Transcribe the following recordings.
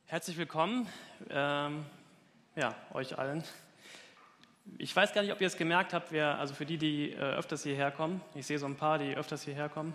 Herzlich willkommen, euch allen. Ich weiß gar nicht, ob ihr es gemerkt habt, also für die öfters hierher kommen. Ich sehe so ein paar, die öfters hierher kommen.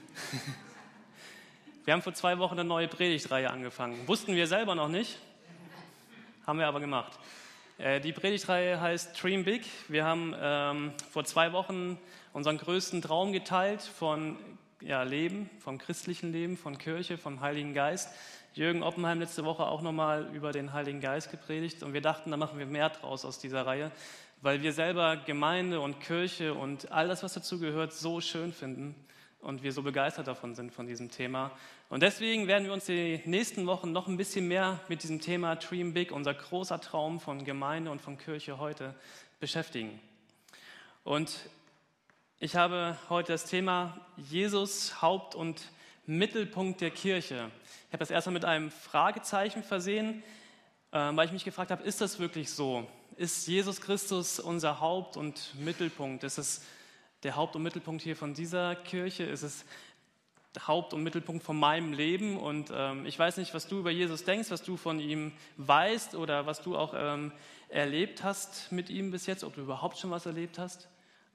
Wir haben vor 2 Wochen eine neue Predigtreihe angefangen. Wussten wir selber noch nicht, haben wir aber gemacht. Die Predigtreihe heißt Dream Big. Wir haben vor 2 Wochen unseren größten Traum geteilt von Leben, vom christlichen Leben, von Kirche, vom Heiligen Geist. Jürgen Oppenheim letzte Woche auch nochmal über den Heiligen Geist gepredigt und wir dachten, da machen wir mehr draus aus dieser Reihe, weil wir selber Gemeinde und Kirche und all das, was dazu gehört, so schön finden und wir so begeistert davon sind, von diesem Thema. Und deswegen werden wir uns die nächsten Wochen noch ein bisschen mehr mit diesem Thema Dream Big, unser großer Traum von Gemeinde und von Kirche heute, beschäftigen. Und ich habe heute das Thema Jesus, Haupt und Mittelpunkt der Kirche. Ich habe das erstmal mit einem Fragezeichen versehen, weil ich mich gefragt habe, ist das wirklich so? Ist Jesus Christus unser Haupt und Mittelpunkt? Ist es der Haupt- und Mittelpunkt hier von dieser Kirche? Ist es der Haupt- und Mittelpunkt von meinem Leben? Und ich weiß nicht, was du über Jesus denkst, was du von ihm weißt oder was du auch erlebt hast mit ihm bis jetzt, ob du überhaupt schon was erlebt hast.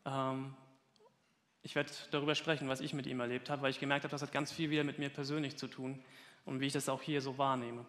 Ich werde darüber sprechen, was ich mit ihm erlebt habe, weil ich gemerkt habe, das hat ganz viel wieder mit mir persönlich zu tun und wie ich das auch hier so wahrnehme.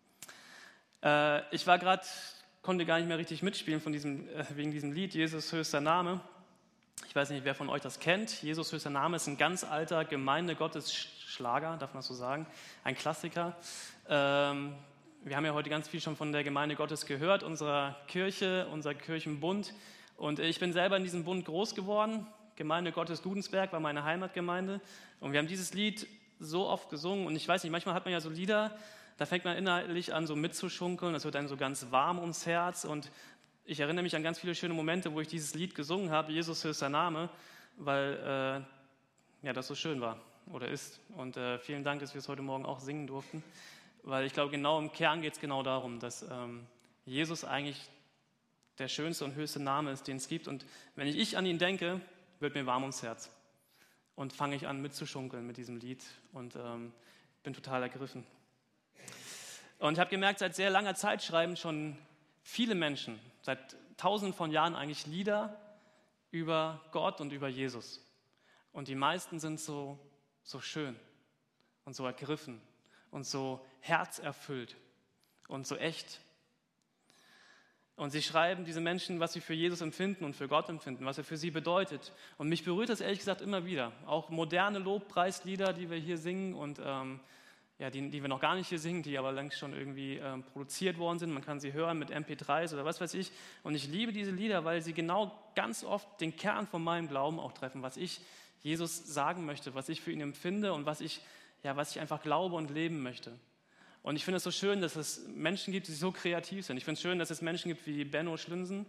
Ich konnte gar nicht mehr richtig mitspielen wegen diesem Lied, Jesus höchster Name. Ich weiß nicht, wer von euch das kennt. Jesus höchster Name ist ein ganz alter Gemeinde-Gottes-Schlager, darf man das so sagen, ein Klassiker. Wir haben ja heute ganz viel schon von der Gemeinde Gottes gehört, unserer Kirche, unser Kirchenbund. Und ich bin selber in diesem Bund groß geworden. Gemeinde Gottes Dudensberg war meine Heimatgemeinde und wir haben dieses Lied so oft gesungen und ich weiß nicht, manchmal hat man ja so Lieder, da fängt man innerlich an so mitzuschunkeln, das wird dann so ganz warm ums Herz und ich erinnere mich an ganz viele schöne Momente, wo ich dieses Lied gesungen habe, Jesus höchster Name, weil das so schön war oder ist und vielen Dank, dass wir es heute Morgen auch singen durften, weil ich glaube, genau im Kern geht es genau darum, dass Jesus eigentlich der schönste und höchste Name ist, den es gibt und wenn ich an ihn denke, wird mir warm ums Herz und fange ich an mitzuschunkeln mit diesem Lied und bin total ergriffen. Und ich habe gemerkt, seit sehr langer Zeit schreiben schon viele Menschen, seit Tausenden von Jahren eigentlich Lieder über Gott und über Jesus. Und die meisten sind so schön und so ergriffen und so herzerfüllt und so echt. Und sie schreiben, diese Menschen, was sie für Jesus empfinden und für Gott empfinden, was er für sie bedeutet. Und mich berührt das ehrlich gesagt immer wieder. Auch moderne Lobpreislieder, die wir hier singen und die wir noch gar nicht hier singen, die aber längst schon irgendwie produziert worden sind. Man kann sie hören mit MP3s oder was weiß ich. Und ich liebe diese Lieder, weil sie genau ganz oft den Kern von meinem Glauben auch treffen, was ich Jesus sagen möchte, was ich für ihn empfinde und was ich einfach glaube und leben möchte. Und ich finde es so schön, dass es Menschen gibt, die so kreativ sind. Ich finde es schön, dass es Menschen gibt wie Benno Schlünsen,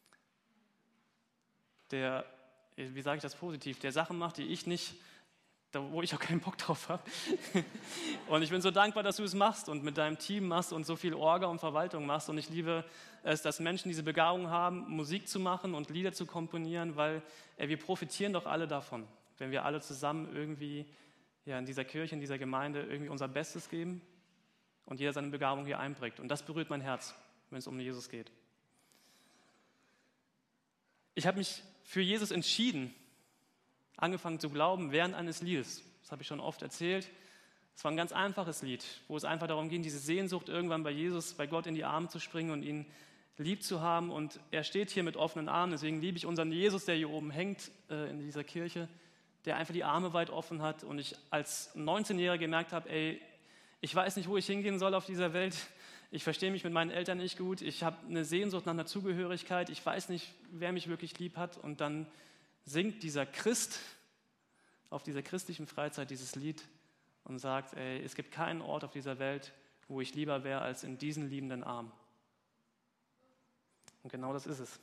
der, wie sage ich das positiv, der Sachen macht, die ich nicht, wo ich auch keinen Bock drauf habe. Und ich bin so dankbar, dass du es machst und mit deinem Team machst und so viel Orga und Verwaltung machst. Und ich liebe es, dass Menschen diese Begabung haben, Musik zu machen und Lieder zu komponieren, weil wir profitieren doch alle davon, wenn wir alle zusammen irgendwie in dieser Kirche, in dieser Gemeinde irgendwie unser Bestes geben. Und jeder seine Begabung hier einbringt. Und das berührt mein Herz, wenn es um Jesus geht. Ich habe mich für Jesus entschieden, angefangen zu glauben während eines Liedes. Das habe ich schon oft erzählt. Es war ein ganz einfaches Lied, wo es einfach darum ging, diese Sehnsucht irgendwann bei Jesus, bei Gott in die Arme zu springen und ihn lieb zu haben. Und er steht hier mit offenen Armen. Deswegen liebe ich unseren Jesus, der hier oben hängt in dieser Kirche, der einfach die Arme weit offen hat. Und ich als 19-Jähriger gemerkt habe, ich weiß nicht, wo ich hingehen soll auf dieser Welt. Ich verstehe mich mit meinen Eltern nicht gut. Ich habe eine Sehnsucht nach einer Zugehörigkeit. Ich weiß nicht, wer mich wirklich lieb hat. Und dann singt dieser Christ auf dieser christlichen Freizeit dieses Lied und sagt, es gibt keinen Ort auf dieser Welt, wo ich lieber wäre als in diesen liebenden Armen. Und genau das ist es.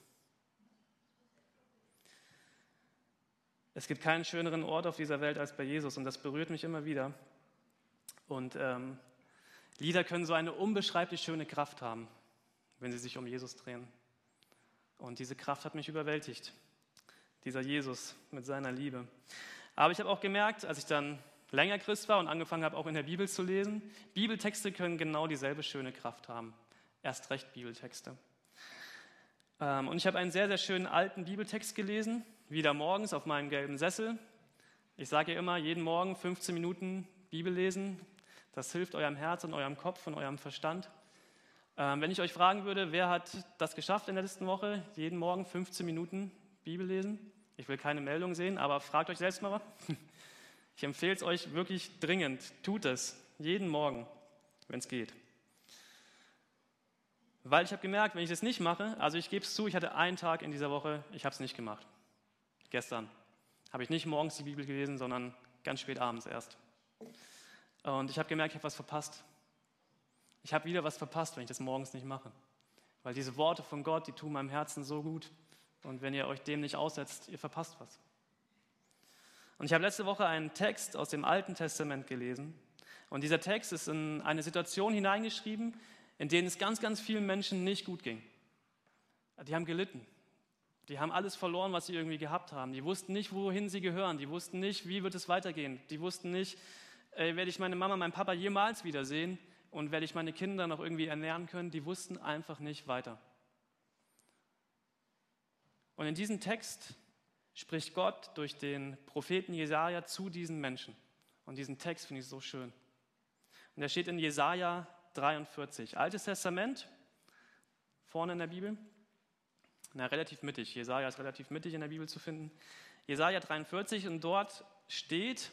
Es gibt keinen schöneren Ort auf dieser Welt als bei Jesus. Und das berührt mich immer wieder. Und Lieder können so eine unbeschreiblich schöne Kraft haben, wenn sie sich um Jesus drehen. Und diese Kraft hat mich überwältigt, dieser Jesus mit seiner Liebe. Aber ich habe auch gemerkt, als ich dann länger Christ war und angefangen habe, auch in der Bibel zu lesen. Bibeltexte können genau dieselbe schöne Kraft haben. Erst recht Bibeltexte. Und ich habe einen sehr, sehr schönen alten Bibeltext gelesen, wieder morgens auf meinem gelben Sessel. Ich sage ja immer, jeden Morgen 15 Minuten Bibel lesen. Das hilft eurem Herz und eurem Kopf und eurem Verstand. Wenn ich euch fragen würde, wer hat das geschafft in der letzten Woche, jeden Morgen 15 Minuten Bibel lesen? Ich will keine Meldung sehen, aber fragt euch selbst mal. Ich empfehle es euch wirklich dringend. Tut es, jeden Morgen, wenn es geht. Weil ich habe gemerkt, wenn ich das nicht mache, also ich gebe es zu, ich hatte einen Tag in dieser Woche, ich habe es nicht gemacht. Gestern habe ich nicht morgens die Bibel gelesen, sondern ganz spät abends erst. Und ich habe gemerkt, ich habe was verpasst. Ich habe wieder was verpasst, wenn ich das morgens nicht mache. Weil diese Worte von Gott, die tun meinem Herzen so gut. Und wenn ihr euch dem nicht aussetzt, ihr verpasst was. Und ich habe letzte Woche einen Text aus dem Alten Testament gelesen. Und dieser Text ist in eine Situation hineingeschrieben, in denen es ganz, ganz vielen Menschen nicht gut ging. Die haben gelitten. Die haben alles verloren, was sie irgendwie gehabt haben. Die wussten nicht, wohin sie gehören. Die wussten nicht, wie wird es weitergehen. Die wussten nicht, werde ich meine Mama, meinen Papa jemals wiedersehen und werde ich meine Kinder noch irgendwie ernähren können. Die wussten einfach nicht weiter. Und in diesem Text spricht Gott durch den Propheten Jesaja zu diesen Menschen. Und diesen Text finde ich so schön. Und der steht in Jesaja 43. Altes Testament, vorne in der Bibel. Relativ mittig. Jesaja ist relativ mittig in der Bibel zu finden. Jesaja 43 und dort steht,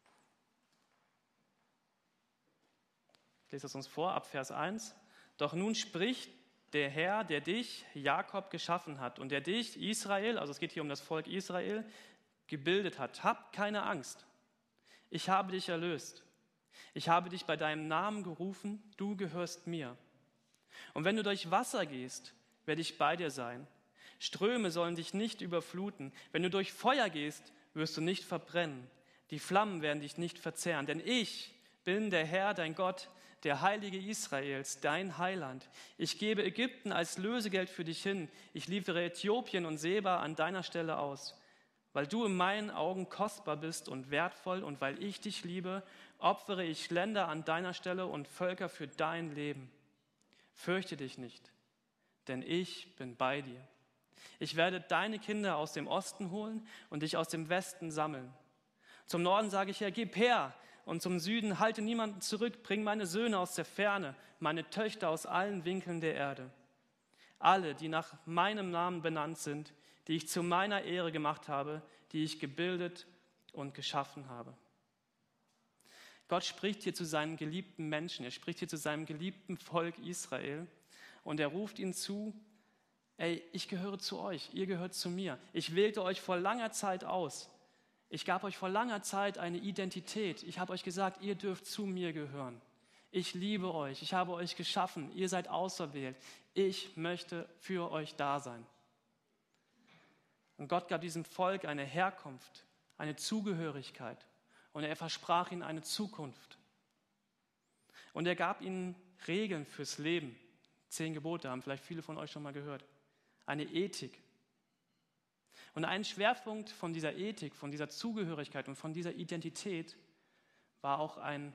ich lese das uns vor, ab Vers 1, doch nun spricht der Herr, der dich, Jakob, geschaffen hat und der dich, Israel, also es geht hier um das Volk Israel, gebildet hat. Hab keine Angst. Ich habe dich erlöst. Ich habe dich bei deinem Namen gerufen, du gehörst mir. Und wenn du durch Wasser gehst, werde ich bei dir sein. Ströme sollen dich nicht überfluten. Wenn du durch Feuer gehst, wirst du nicht verbrennen. Die Flammen werden dich nicht verzehren. Denn ich bin der Herr, dein Gott, der Heilige Israels, dein Heiland. Ich gebe Ägypten als Lösegeld für dich hin. Ich liefere Äthiopien und Seba an deiner Stelle aus. Weil du in meinen Augen kostbar bist und wertvoll und weil ich dich liebe, opfere ich Länder an deiner Stelle und Völker für dein Leben. Fürchte dich nicht, denn ich bin bei dir. Ich werde deine Kinder aus dem Osten holen und dich aus dem Westen sammeln. Zum Norden sage ich ja, gib her, und zum Süden halte niemanden zurück, bring meine Söhne aus der Ferne, meine Töchter aus allen Winkeln der Erde. Alle, die nach meinem Namen benannt sind, die ich zu meiner Ehre gemacht habe, die ich gebildet und geschaffen habe. Gott spricht hier zu seinen geliebten Menschen, er spricht hier zu seinem geliebten Volk Israel und er ruft ihnen zu, ey, ich gehöre zu euch, ihr gehört zu mir. Ich wählte euch vor langer Zeit aus. Ich gab euch vor langer Zeit eine Identität. Ich habe euch gesagt, ihr dürft zu mir gehören. Ich liebe euch, ich habe euch geschaffen, ihr seid auserwählt. Ich möchte für euch da sein. Und Gott gab diesem Volk eine Herkunft, eine Zugehörigkeit und er versprach ihnen eine Zukunft. Und er gab ihnen Regeln fürs Leben. 10 Gebote haben vielleicht viele von euch schon mal gehört. Eine Ethik. Und ein Schwerpunkt von dieser Ethik, von dieser Zugehörigkeit und von dieser Identität war auch ein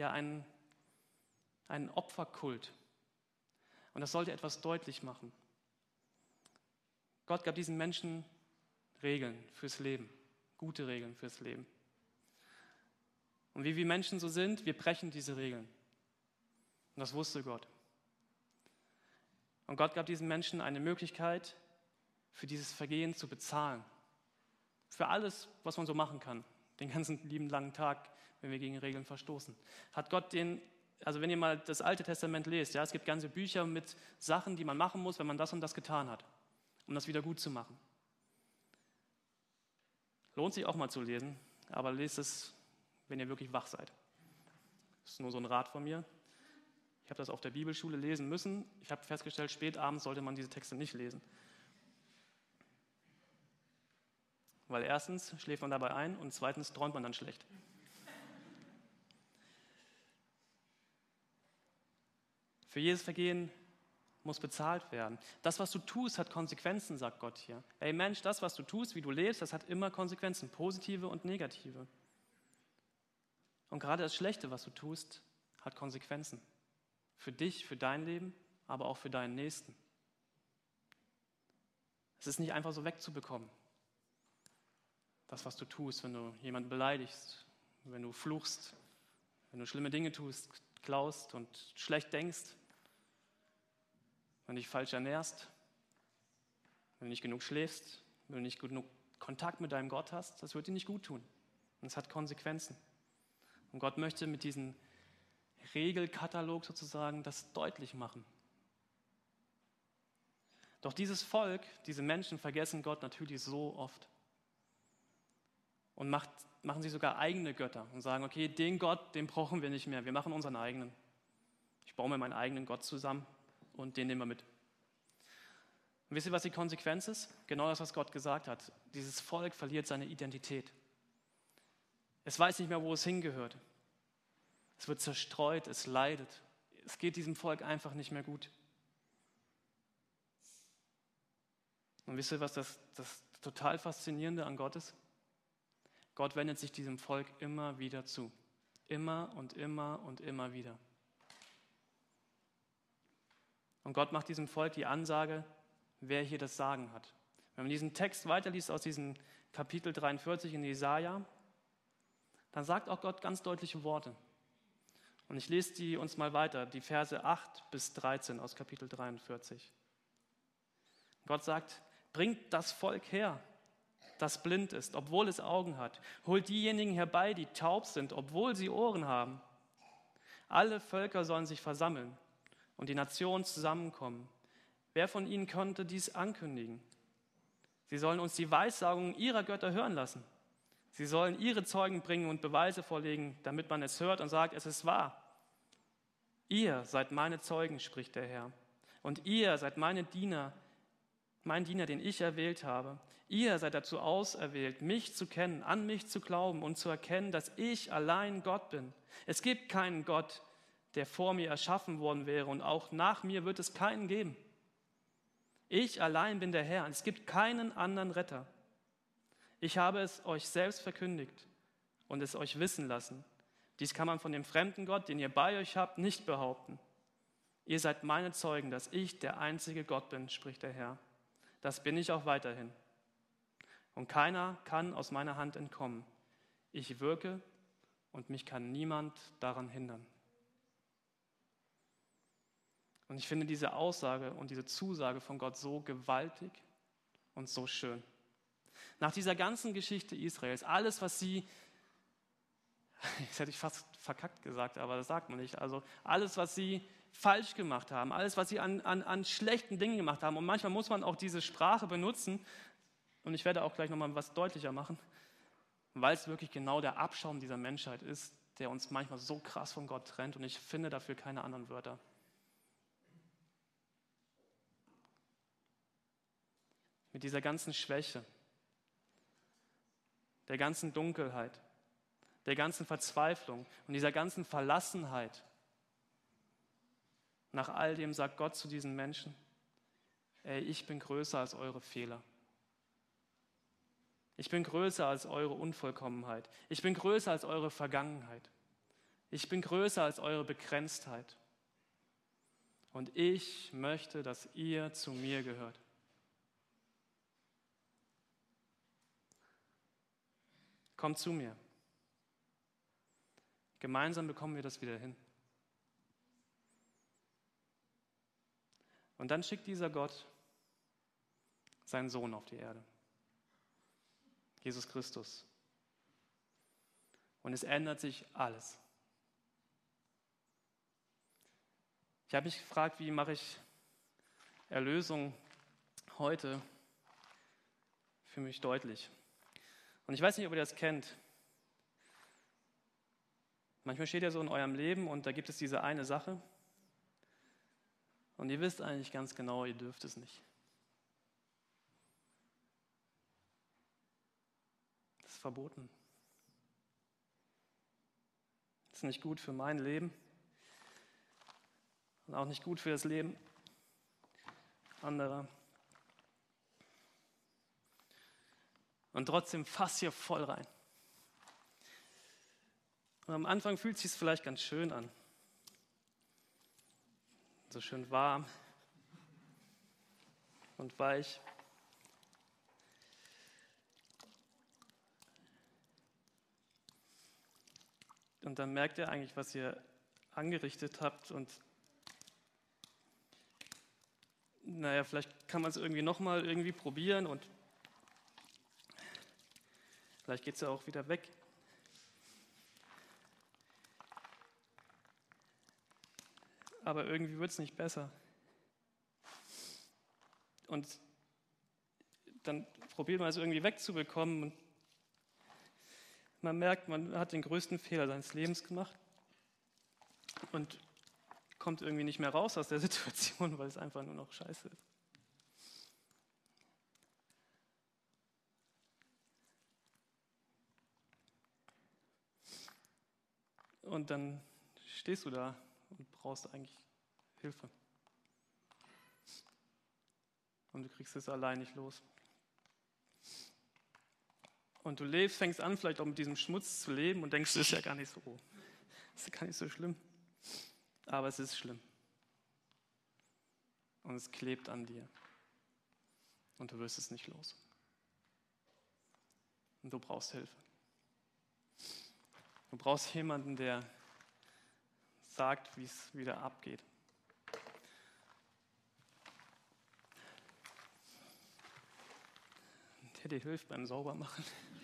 Opferkult. Und das sollte etwas deutlich machen. Gott gab diesen Menschen Regeln fürs Leben, gute Regeln fürs Leben. Und wie wir Menschen so sind, wir brechen diese Regeln. Und das wusste Gott. Und Gott gab diesen Menschen eine Möglichkeit, für dieses Vergehen zu bezahlen. Für alles, was man so machen kann, den ganzen lieben langen Tag, wenn wir gegen Regeln verstoßen. Hat Gott also wenn ihr mal das Alte Testament lest, ja, es gibt ganze Bücher mit Sachen, die man machen muss, wenn man das und das getan hat, um das wieder gut zu machen. Lohnt sich auch mal zu lesen, aber lest es, wenn ihr wirklich wach seid. Das ist nur so ein Rat von mir. Ich habe das auf der Bibelschule lesen müssen. Ich habe festgestellt, spät abends sollte man diese Texte nicht lesen. Weil erstens schläft man dabei ein und zweitens träumt man dann schlecht. Für jedes Vergehen muss bezahlt werden. Das, was du tust, hat Konsequenzen, sagt Gott hier. Ey Mensch, das, was du tust, wie du lebst, das hat immer Konsequenzen, positive und negative. Und gerade das Schlechte, was du tust, hat Konsequenzen. Für dich, für dein Leben, aber auch für deinen Nächsten. Es ist nicht einfach so wegzubekommen. Das, was du tust, wenn du jemanden beleidigst, wenn du fluchst, wenn du schlimme Dinge tust, klaust und schlecht denkst, wenn du dich falsch ernährst, wenn du nicht genug schläfst, wenn du nicht genug Kontakt mit deinem Gott hast, das wird dir nicht gut tun. Und es hat Konsequenzen. Und Gott möchte mit diesem Regelkatalog sozusagen das deutlich machen. Doch dieses Volk, diese Menschen vergessen Gott natürlich so oft und machen sich sogar eigene Götter und sagen, okay, den Gott, den brauchen wir nicht mehr, wir machen unseren eigenen. Ich baue mir meinen eigenen Gott zusammen und den nehmen wir mit. Und wisst ihr, was die Konsequenz ist? Genau das, was Gott gesagt hat. Dieses Volk verliert seine Identität. Es weiß nicht mehr, wo es hingehört. Es wird zerstreut, es leidet. Es geht diesem Volk einfach nicht mehr gut. Und wisst ihr, was das total Faszinierende an Gott ist? Gott wendet sich diesem Volk immer wieder zu. Immer und immer und immer wieder. Und Gott macht diesem Volk die Ansage, wer hier das Sagen hat. Wenn man diesen Text weiterliest aus diesem Kapitel 43 in Jesaja, dann sagt auch Gott ganz deutliche Worte. Und ich lese die uns mal weiter, die Verse 8 bis 13 aus Kapitel 43. Gott sagt, bringt das Volk her, das blind ist, obwohl es Augen hat. Holt diejenigen herbei, die taub sind, obwohl sie Ohren haben. Alle Völker sollen sich versammeln und die Nationen zusammenkommen. Wer von ihnen könnte dies ankündigen? Sie sollen uns die Weissagungen ihrer Götter hören lassen. Sie sollen ihre Zeugen bringen und Beweise vorlegen, damit man es hört und sagt, es ist wahr. Ihr seid meine Zeugen, spricht der Herr. Und ihr seid mein Diener, den ich erwählt habe. Ihr seid dazu auserwählt, mich zu kennen, an mich zu glauben und zu erkennen, dass ich allein Gott bin. Es gibt keinen Gott, der vor mir erschaffen worden wäre, und auch nach mir wird es keinen geben. Ich allein bin der Herr, und es gibt keinen anderen Retter. Ich habe es euch selbst verkündigt und es euch wissen lassen. Dies kann man von dem fremden Gott, den ihr bei euch habt, nicht behaupten. Ihr seid meine Zeugen, dass ich der einzige Gott bin, spricht der Herr. Das bin ich auch weiterhin. Und keiner kann aus meiner Hand entkommen. Ich wirke und mich kann niemand daran hindern. Und ich finde diese Aussage und diese Zusage von Gott so gewaltig und so schön. Nach dieser ganzen Geschichte Israels, alles, was sie, das hätte ich fast verkackt gesagt, aber das sagt man nicht, also alles, was sie falsch gemacht haben, alles, was sie an schlechten Dingen gemacht haben, und manchmal muss man auch diese Sprache benutzen, und ich werde auch gleich nochmal was deutlicher machen, weil es wirklich genau der Abschaum dieser Menschheit ist, der uns manchmal so krass von Gott trennt, und ich finde dafür keine anderen Wörter. Mit dieser ganzen Schwäche, der ganzen Dunkelheit, der ganzen Verzweiflung und dieser ganzen Verlassenheit. Nach all dem sagt Gott zu diesen Menschen, ey, ich bin größer als eure Fehler. Ich bin größer als eure Unvollkommenheit. Ich bin größer als eure Vergangenheit. Ich bin größer als eure Begrenztheit. Und ich möchte, dass ihr zu mir gehört. Kommt zu mir. Gemeinsam bekommen wir das wieder hin. Und dann schickt dieser Gott seinen Sohn auf die Erde. Jesus Christus. Und es ändert sich alles. Ich habe mich gefragt, wie mache ich Erlösung heute für mich deutlich. Und ich weiß nicht, ob ihr das kennt. Manchmal steht ihr so in eurem Leben und da gibt es diese eine Sache und ihr wisst eigentlich ganz genau, ihr dürft es nicht. Das ist verboten. Das ist nicht gut für mein Leben und auch nicht gut für das Leben anderer. Und trotzdem fasst ihr voll rein. Und am Anfang fühlt es sich vielleicht ganz schön an. So schön warm und weich. Und dann merkt ihr eigentlich, was ihr angerichtet habt. Und naja, vielleicht kann man es irgendwie nochmal irgendwie probieren und vielleicht geht es ja auch wieder weg. Aber irgendwie wird es nicht besser. Und dann probiert man es irgendwie wegzubekommen und man merkt, man hat den größten Fehler seines Lebens gemacht und kommt irgendwie nicht mehr raus aus der Situation, weil es einfach nur noch scheiße ist. Und dann stehst du da und brauchst eigentlich Hilfe. Und du kriegst es allein nicht los. Und du fängst an, vielleicht auch mit diesem Schmutz zu leben und denkst, das ist ja gar nicht so, das ist gar nicht so schlimm. Aber es ist schlimm. Und es klebt an dir. Und du wirst es nicht los. Und du brauchst Hilfe. Du brauchst jemanden, der sagt, wie es wieder abgeht. Der dir hilft beim Saubermachen.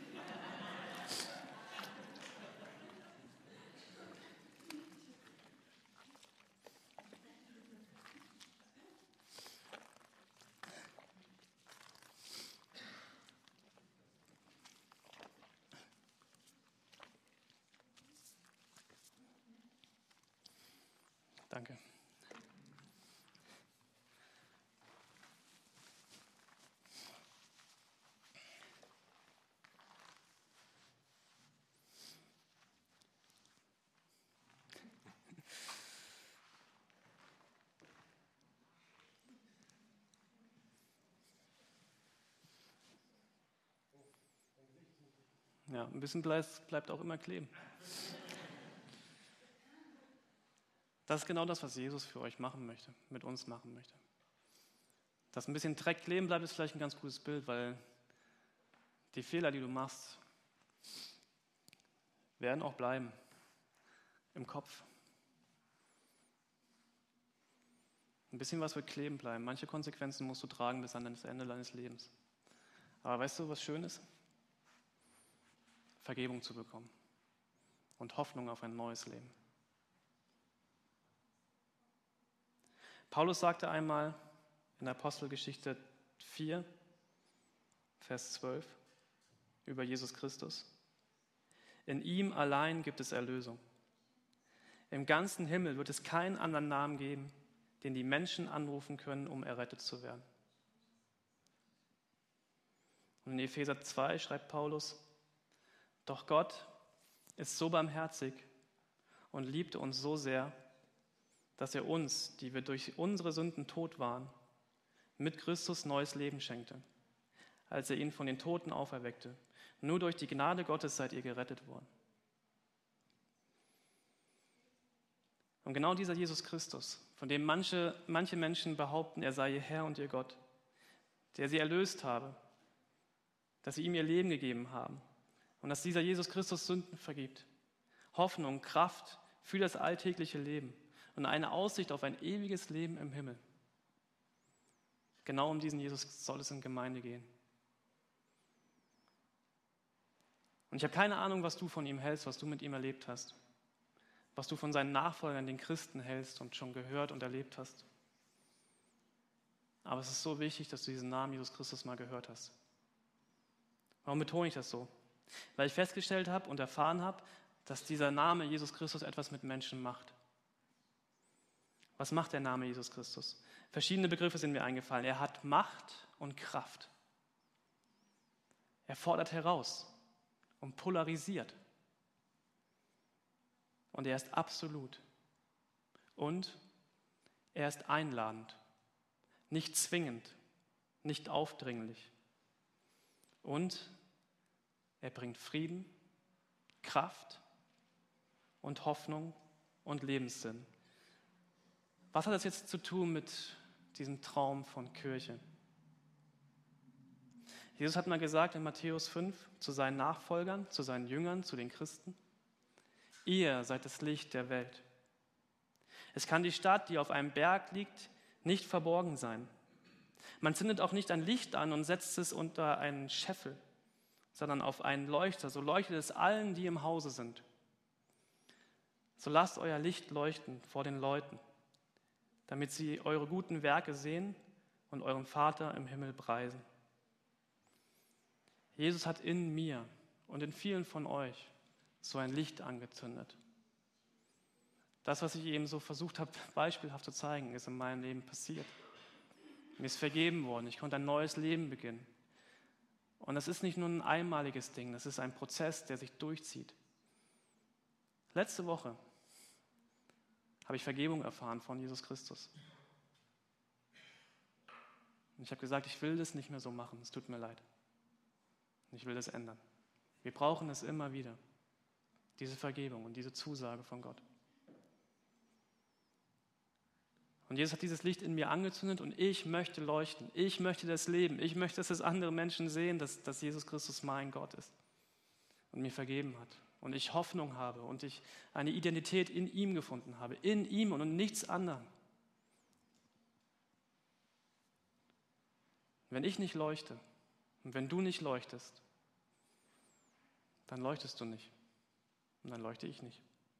Danke. Ja, ein bisschen bleibt auch immer kleben. Das ist genau das, was Jesus für euch machen möchte, mit uns machen möchte. Dass ein bisschen Dreck kleben bleibt, ist vielleicht ein ganz gutes Bild, weil die Fehler, die du machst, werden auch bleiben im Kopf. Ein bisschen was wird kleben bleiben. Manche Konsequenzen musst du tragen bis an das Ende deines Lebens. Aber weißt du, was schön ist? Vergebung zu bekommen und Hoffnung auf ein neues Leben. Paulus sagte einmal in Apostelgeschichte 4, Vers 12 über Jesus Christus: In ihm allein gibt es Erlösung. Im ganzen Himmel wird es keinen anderen Namen geben, den die Menschen anrufen können, um errettet zu werden. Und in Epheser 2 schreibt Paulus: Doch Gott ist so barmherzig und liebte uns so sehr, dass er uns, die wir durch unsere Sünden tot waren, mit Christus neues Leben schenkte, als er ihn von den Toten auferweckte. Nur durch die Gnade Gottes seid ihr gerettet worden. Und genau dieser Jesus Christus, von dem manche Menschen behaupten, er sei ihr Herr und ihr Gott, der sie erlöst habe, dass sie ihm ihr Leben gegeben haben und dass dieser Jesus Christus Sünden vergibt, Hoffnung, Kraft für das alltägliche Leben und eine Aussicht auf ein ewiges Leben im Himmel. Genau um diesen Jesus soll es in Gemeinde gehen. Und ich habe keine Ahnung, was du von ihm hältst, was du mit ihm erlebt hast, was du von seinen Nachfolgern, den Christen, hältst und schon gehört und erlebt hast. Aber es ist so wichtig, dass du diesen Namen Jesus Christus mal gehört hast. Warum betone ich das so? Weil ich festgestellt habe und erfahren habe, dass dieser Name Jesus Christus etwas mit Menschen macht. Was macht der Name Jesus Christus? Verschiedene Begriffe sind mir eingefallen. Er hat Macht und Kraft. Er fordert heraus und polarisiert. Und er ist absolut. Und er ist einladend, nicht zwingend, nicht aufdringlich. Und er bringt Frieden, Kraft und Hoffnung und Lebenssinn. Was hat das jetzt zu tun mit diesem Traum von Kirche? Jesus hat mal gesagt in Matthäus 5 zu seinen Nachfolgern, zu seinen Jüngern, zu den Christen: Ihr seid das Licht der Welt. Es kann die Stadt, die auf einem Berg liegt, nicht verborgen sein. Man zündet auch nicht ein Licht an und setzt es unter einen Scheffel, sondern auf einen Leuchter, so leuchtet es allen, die im Hause sind. So lasst euer Licht leuchten vor den Leuten, damit sie eure guten Werke sehen und euren Vater im Himmel preisen. Jesus hat in mir und in vielen von euch so ein Licht angezündet. Das, was ich eben so versucht habe, beispielhaft zu zeigen, ist in meinem Leben passiert. Mir ist vergeben worden, ich konnte ein neues Leben beginnen. Und das ist nicht nur ein einmaliges Ding, das ist ein Prozess, der sich durchzieht. Letzte Woche habe ich Vergebung erfahren von Jesus Christus. Und ich habe gesagt, ich will das nicht mehr so machen, es tut mir leid. Und ich will das ändern. Wir brauchen es immer wieder, diese Vergebung und diese Zusage von Gott. Und Jesus hat dieses Licht in mir angezündet und ich möchte leuchten. Ich möchte das leben. Ich möchte, dass es andere Menschen sehen, dass Jesus Christus mein Gott ist und mir vergeben hat. Und ich Hoffnung habe und ich eine Identität in ihm gefunden habe. In ihm und in nichts anderem. Wenn ich nicht leuchte und wenn du nicht leuchtest, dann leuchtest du nicht. Und dann leuchte ich nicht.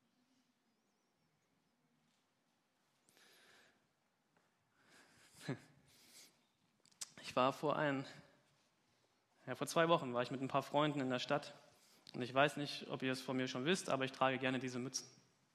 Ich war vor 2 Wochen war ich mit ein paar Freunden in der Stadt und ich weiß nicht, ob ihr es von mir schon wisst, aber ich trage gerne diese Mützen.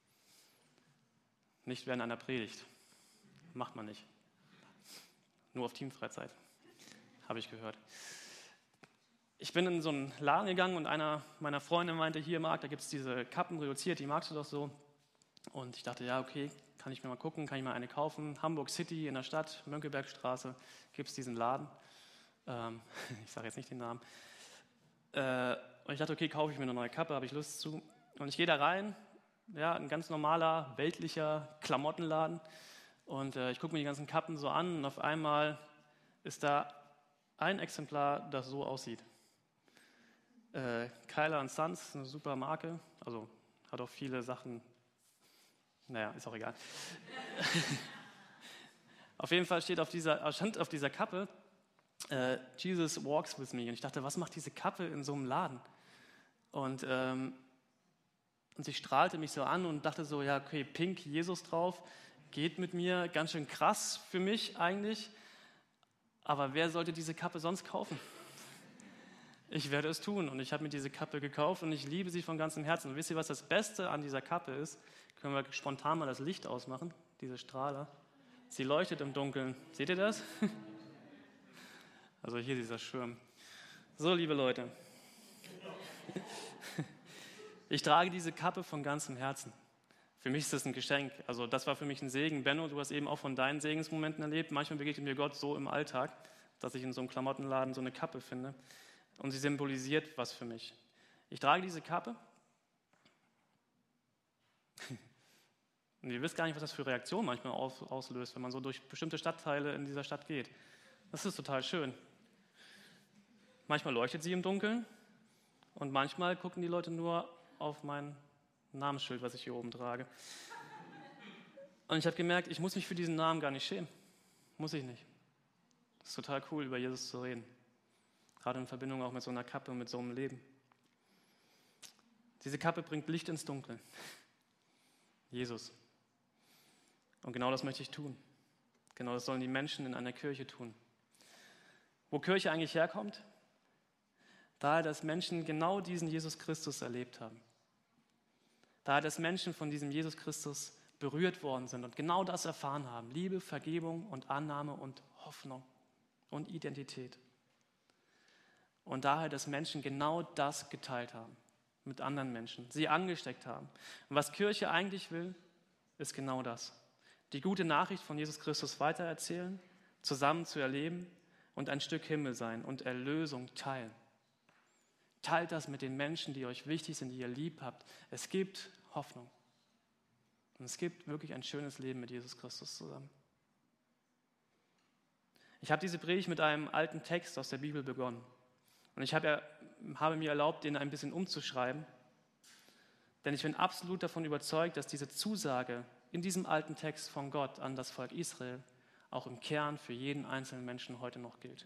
Nicht während einer Predigt. Macht man nicht. Nur auf Teamfreizeit, habe ich gehört. Ich bin in so einen Laden gegangen und einer meiner Freunde meinte, hier Marc, da gibt es diese Kappen reduziert, die magst du doch so. Und ich dachte, ja okay, kann ich mir mal gucken, kann ich mal eine kaufen. Hamburg City in der Stadt, Mönckebergstraße, gibt es diesen Laden. Ich sage jetzt nicht den Namen. Und ich dachte, okay, kaufe ich mir eine neue Kappe, habe ich Lust zu. Und ich gehe da rein, ja, ein ganz normaler, weltlicher Klamottenladen. Und ich gucke mir die ganzen Kappen so an und auf einmal ist da ein Exemplar, das so aussieht. Kyler & Sons, eine super Marke, also hat auch viele Sachen. Naja, ist auch egal. Auf jeden Fall stand auf dieser Kappe, Jesus walks with me. Und ich dachte, was macht diese Kappe in so einem Laden? Und sie strahlte mich so an und dachte so, ja okay, pink, Jesus drauf, geht mit mir, ganz schön krass für mich eigentlich. Aber wer sollte diese Kappe sonst kaufen? Ich werde es tun und ich habe mir diese Kappe gekauft und ich liebe sie von ganzem Herzen. Und wisst ihr, was das Beste an dieser Kappe ist? Können wir spontan mal das Licht ausmachen, diese Strahler. Sie leuchtet im Dunkeln. Seht ihr das? Also hier dieser Schirm. So, liebe Leute. Ich trage diese Kappe von ganzem Herzen. Für mich ist das ein Geschenk. Also das war für mich ein Segen. Benno, du hast eben auch von deinen Segensmomenten erlebt. Manchmal begegnet mir Gott so im Alltag, dass ich in so einem Klamottenladen so eine Kappe finde. Und sie symbolisiert was für mich. Ich trage diese Kappe. Und ihr wisst gar nicht, was das für Reaktionen manchmal auslöst, wenn man so durch bestimmte Stadtteile in dieser Stadt geht. Das ist total schön. Manchmal leuchtet sie im Dunkeln und manchmal gucken die Leute nur auf mein Namensschild, was ich hier oben trage. Und ich habe gemerkt, ich muss mich für diesen Namen gar nicht schämen. Muss ich nicht. Das ist total cool, über Jesus zu reden. Gerade in Verbindung auch mit so einer Kappe und mit so einem Leben. Diese Kappe bringt Licht ins Dunkel. Jesus. Und genau das möchte ich tun. Genau das sollen die Menschen in einer Kirche tun. Wo Kirche eigentlich herkommt? Daher, dass Menschen genau diesen Jesus Christus erlebt haben. Daher, dass Menschen von diesem Jesus Christus berührt worden sind und genau das erfahren haben. Liebe, Vergebung und Annahme und Hoffnung und Identität. Und daher, dass Menschen genau das geteilt haben mit anderen Menschen, sie angesteckt haben. Und was Kirche eigentlich will, ist genau das. Die gute Nachricht von Jesus Christus weitererzählen, zusammen zu erleben und ein Stück Himmel sein und Erlösung teilen. Teilt das mit den Menschen, die euch wichtig sind, die ihr lieb habt. Es gibt Hoffnung. Und es gibt wirklich ein schönes Leben mit Jesus Christus zusammen. Ich habe diese Predigt mit einem alten Text aus der Bibel begonnen. Und ich habe mir erlaubt, den ein bisschen umzuschreiben. Denn ich bin absolut davon überzeugt, dass diese Zusage in diesem alten Text von Gott an das Volk Israel auch im Kern für jeden einzelnen Menschen heute noch gilt.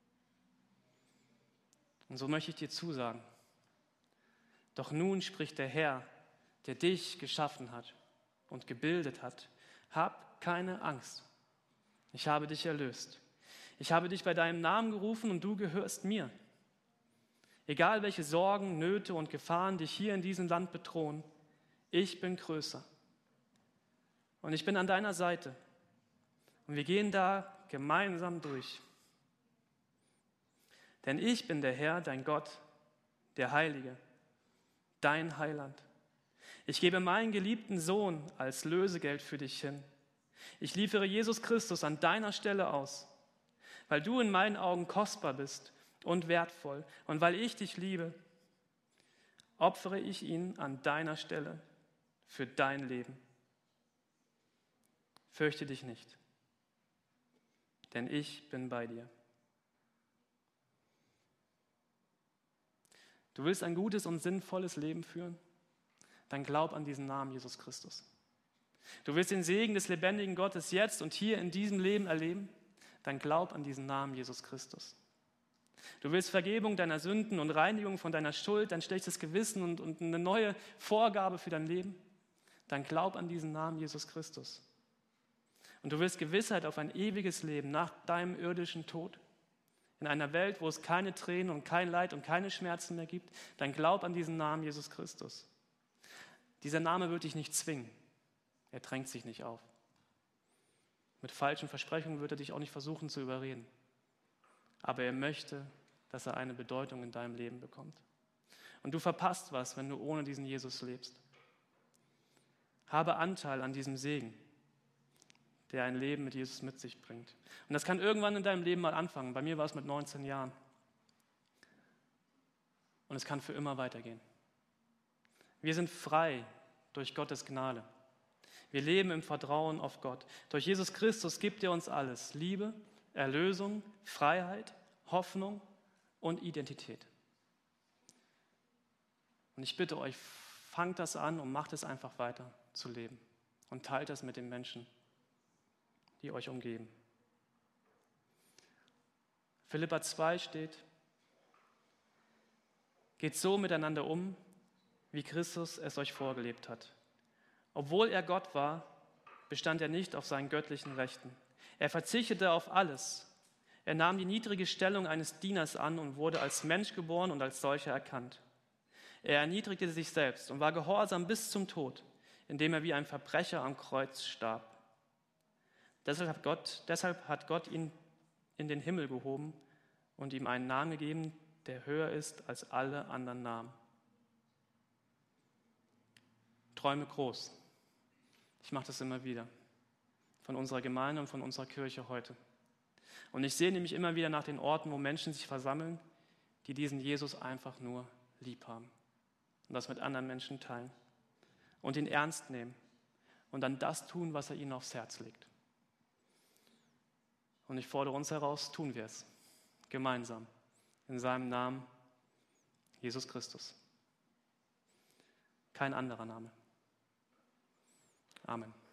Und so möchte ich dir zusagen. Doch nun spricht der Herr, der dich geschaffen hat und gebildet hat, hab keine Angst. Ich habe dich erlöst. Ich habe dich bei deinem Namen gerufen und du gehörst mir. Egal welche Sorgen, Nöte und Gefahren dich hier in diesem Land bedrohen, ich bin größer. Und ich bin an deiner Seite. Und wir gehen da gemeinsam durch. Denn ich bin der Herr, dein Gott, der Heilige, dein Heiland. Ich gebe meinen geliebten Sohn als Lösegeld für dich hin. Ich liefere Jesus Christus an deiner Stelle aus, weil du in meinen Augen kostbar bist und wertvoll. Und weil ich dich liebe, opfere ich ihn an deiner Stelle für dein Leben. Fürchte dich nicht, denn ich bin bei dir. Du willst ein gutes und sinnvolles Leben führen? Dann glaub an diesen Namen Jesus Christus. Du willst den Segen des lebendigen Gottes jetzt und hier in diesem Leben erleben? Dann glaub an diesen Namen Jesus Christus. Du willst Vergebung deiner Sünden und Reinigung von deiner Schuld, dein schlechtes Gewissen und eine neue Vorgabe für dein Leben? Dann glaub an diesen Namen Jesus Christus. Und du willst Gewissheit auf ein ewiges Leben nach deinem irdischen Tod? In einer Welt, wo es keine Tränen und kein Leid und keine Schmerzen mehr gibt? Dann glaub an diesen Namen Jesus Christus. Dieser Name wird dich nicht zwingen. Er drängt sich nicht auf. Mit falschen Versprechungen wird er dich auch nicht versuchen zu überreden. Aber er möchte, dass er eine Bedeutung in deinem Leben bekommt. Und du verpasst was, wenn du ohne diesen Jesus lebst. Habe Anteil an diesem Segen, der ein Leben mit Jesus mit sich bringt. Und das kann irgendwann in deinem Leben mal anfangen. Bei mir war es mit 19 Jahren. Und es kann für immer weitergehen. Wir sind frei durch Gottes Gnade. Wir leben im Vertrauen auf Gott. Durch Jesus Christus gibt er uns alles: Liebe, Erlösung, Freiheit, Hoffnung und Identität. Und ich bitte euch, fangt das an und macht es einfach weiter zu leben. Und teilt das mit den Menschen, die euch umgeben. Philipper 2 steht: Geht so miteinander um, wie Christus es euch vorgelebt hat. Obwohl er Gott war, bestand er nicht auf seinen göttlichen Rechten. Er verzichtete auf alles. Er nahm die niedrige Stellung eines Dieners an und wurde als Mensch geboren und als solcher erkannt. Er erniedrigte sich selbst und war gehorsam bis zum Tod, indem er wie ein Verbrecher am Kreuz starb. Deshalb hat Gott ihn in den Himmel gehoben und ihm einen Namen gegeben, der höher ist als alle anderen Namen. Träume groß. Ich mache das immer wieder. Von unserer Gemeinde und von unserer Kirche heute. Und ich sehe nämlich immer wieder nach den Orten, wo Menschen sich versammeln, die diesen Jesus einfach nur lieb haben. Und das mit anderen Menschen teilen. Und ihn ernst nehmen. Und dann das tun, was er ihnen aufs Herz legt. Und ich fordere uns heraus, tun wir es. Gemeinsam. In seinem Namen, Jesus Christus. Kein anderer Name. Amen.